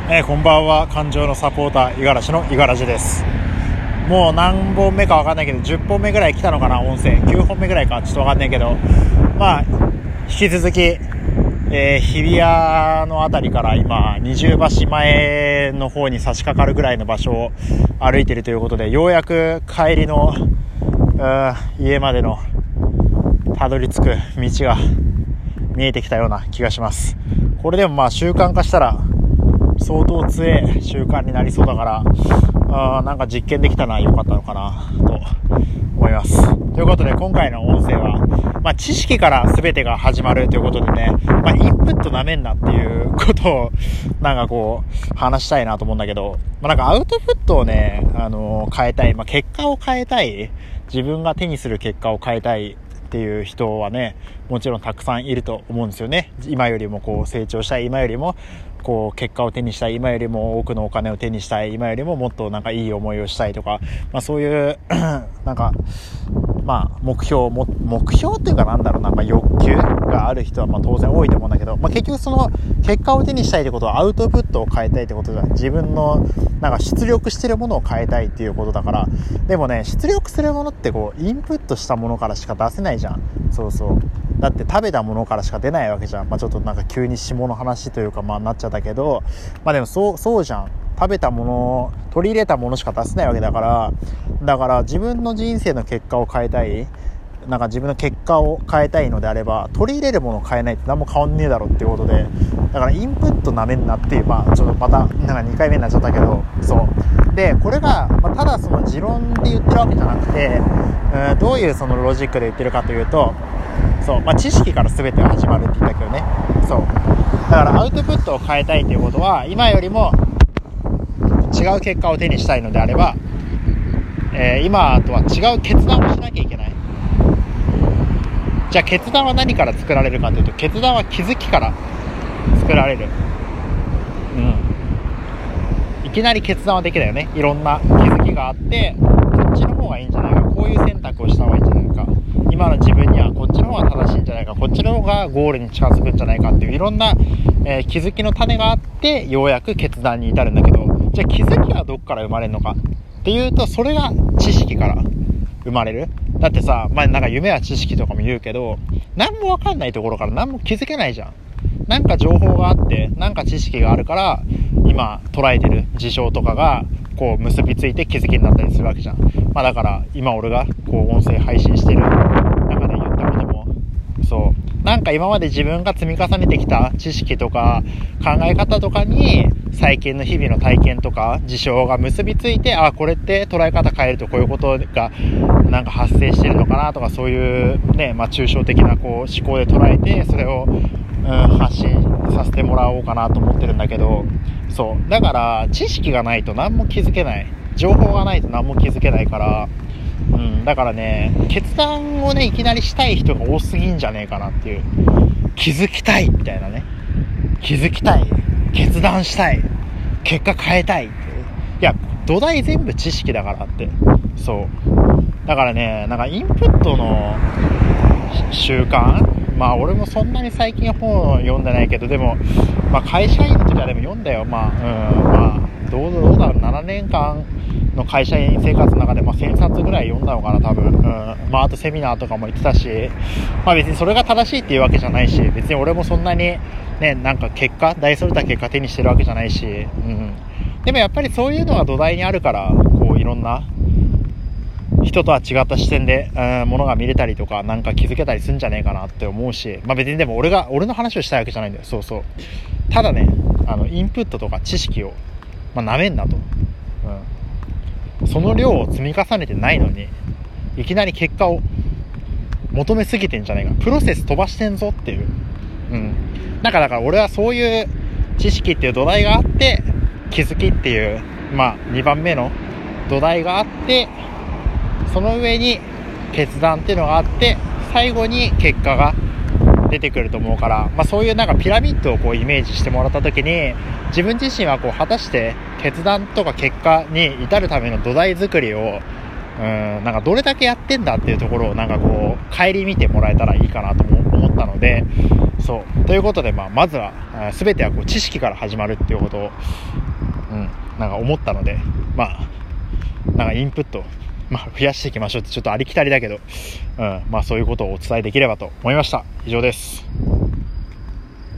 こんばんは。感情のサポーター五十嵐の五十嵐です。もう何本目か分かんないけど10本目ぐらい来たのかな。音声9本目ぐらいかちょっと分かんないけど、まあ引き続き、日比谷のあたりから今二重橋前の方に差し掛かるぐらいの場所を歩いているということで、ようやく帰りの家までのたどり着く道が見えてきたような気がします。これでもまあ習慣化したら相当強い習慣になりそうだから、なんか実験できたのは良かったのかなと思います。ということで今回の音声は、知識から全てが始まるということでね、インプットなめんなっていうことをなんかこう話したいなと思うんだけど、なんかアウトプットをね、変えたい、結果を変えたい、自分が手にする結果を変えたいっていう人はね、もちろんたくさんいると思うんですよね。今よりもこう成長したい、今よりもこう結果を手にしたい、今よりも多くのお金を手にしたい、今よりももっとなんかいい思いをしたいとか、そういうなんか目標っていうか欲求がある人は当然多いと思うんだけど、結局その結果を手にしたいってことはアウトプットを変えたいってことだ。自分のなんか出力してるものを変えたいっていうことだから。でもね、出力するものってこうインプットしたものからしか出せないじゃん。そうだって食べたものからしか出ないわけじゃん。ちょっとなんか急に下の話というかなっちゃったけど、でもそうじゃん。食べたもの、取り入れたものしか出せないわけだから自分の人生の結果を変えたい、なんか自分の結果を変えたいのであれば、取り入れるものを変えないって何も変わんねえだろっていうことで、だからインプットなめんなっていう、ちょっとまたなんか2回目になっちゃったけど、でこれが、ただその持論で言ってるわけじゃなくて、どういうそのロジックで言ってるかというと、知識から全てが始まるって言ったけどね。だからアウトプットを変えたいということは、今よりも違う結果を手にしたいのであれば、今とは違う決断をしなきゃいけない。じゃあ決断は何から作られるかというと、決断は気づきから作られる。いきなり決断はできないよね。いろんな気づきがあって、こっちの方がいいんじゃないか、こういう選択をした方がいいんじゃないか、今の自分にはこっちの方が正しいんじゃないか、こっちの方がゴールに近づくんじゃないかっていういろんな、気づきの種があって、ようやく決断に至るんだけど、じゃあ気づきはどこから生まれるのかっていうと、それが知識から生まれる。だってさ、なんか夢は知識とかも言うけど、何も分かんないところから何も気づけないじゃん。なんか情報があって、なんか知識があるから、今捉えてる事象とかがこう結びついて気づきになったりするわけじゃん。だから今俺がこう音声配信してる中で言ったことも、なんか今まで自分が積み重ねてきた知識とか考え方とかに最近の日々の体験とか事象が結びついて、これって捉え方変えるとこういうことがなんか発生してるのかなとか、そういうね、抽象的なこう思考で捉えて、それを発信させてもらおうかなと思ってるんだけど、だから知識がないと何も気づけない、情報がないと何も気づけないから、だからね、決断をねいきなりしたい人が多すぎんじゃねえかなっていう。気づきたいみたいなね、気づきたい、決断したい、結果変えたいって、いや土台全部知識だからって。だからね、なんかインプットの習慣、俺もそんなに最近本を読んでないけど、でも会社員の時はでも読んだよ。どうだろう、7年間の会社員生活の中で1000冊ぐらい読んだのかな多分。あとセミナーとかも行ってたし、別にそれが正しいっていうわけじゃないし、別に俺もそんなにね、なんか大それた結果手にしてるわけじゃないし、でもやっぱりそういうのが土台にあるから、こういろんな人とは違った視点で、ものが見れたりとか、なんか気づけたりするんじゃねえかなって思うし、別にでも俺の話をしたいわけじゃないんだよ。ただね、インプットとか知識をなめんなと。その量を積み重ねてないのにいきなり結果を求めすぎてんじゃないか、プロセス飛ばしてんぞっていう。だから俺はそういう知識っていう土台があって、気づきっていう2番目の土台があって、その上に決断っていうのがあって、最後に結果が出てくると思うから、そういうなんかピラミッドをこうイメージしてもらった時に、自分自身はこう果たして決断とか結果に至るための土台作りをなんかどれだけやってんだっていうところをなんかこう顧みてもらえたらいいかなと思ったので、 そうということで、まずは全てはこう知識から始まるっていうことを、なんか思ったので、なんかインプット、増やしていきましょうってちょっとありきたりだけど、そういうことをお伝えできればと思いました。以上です。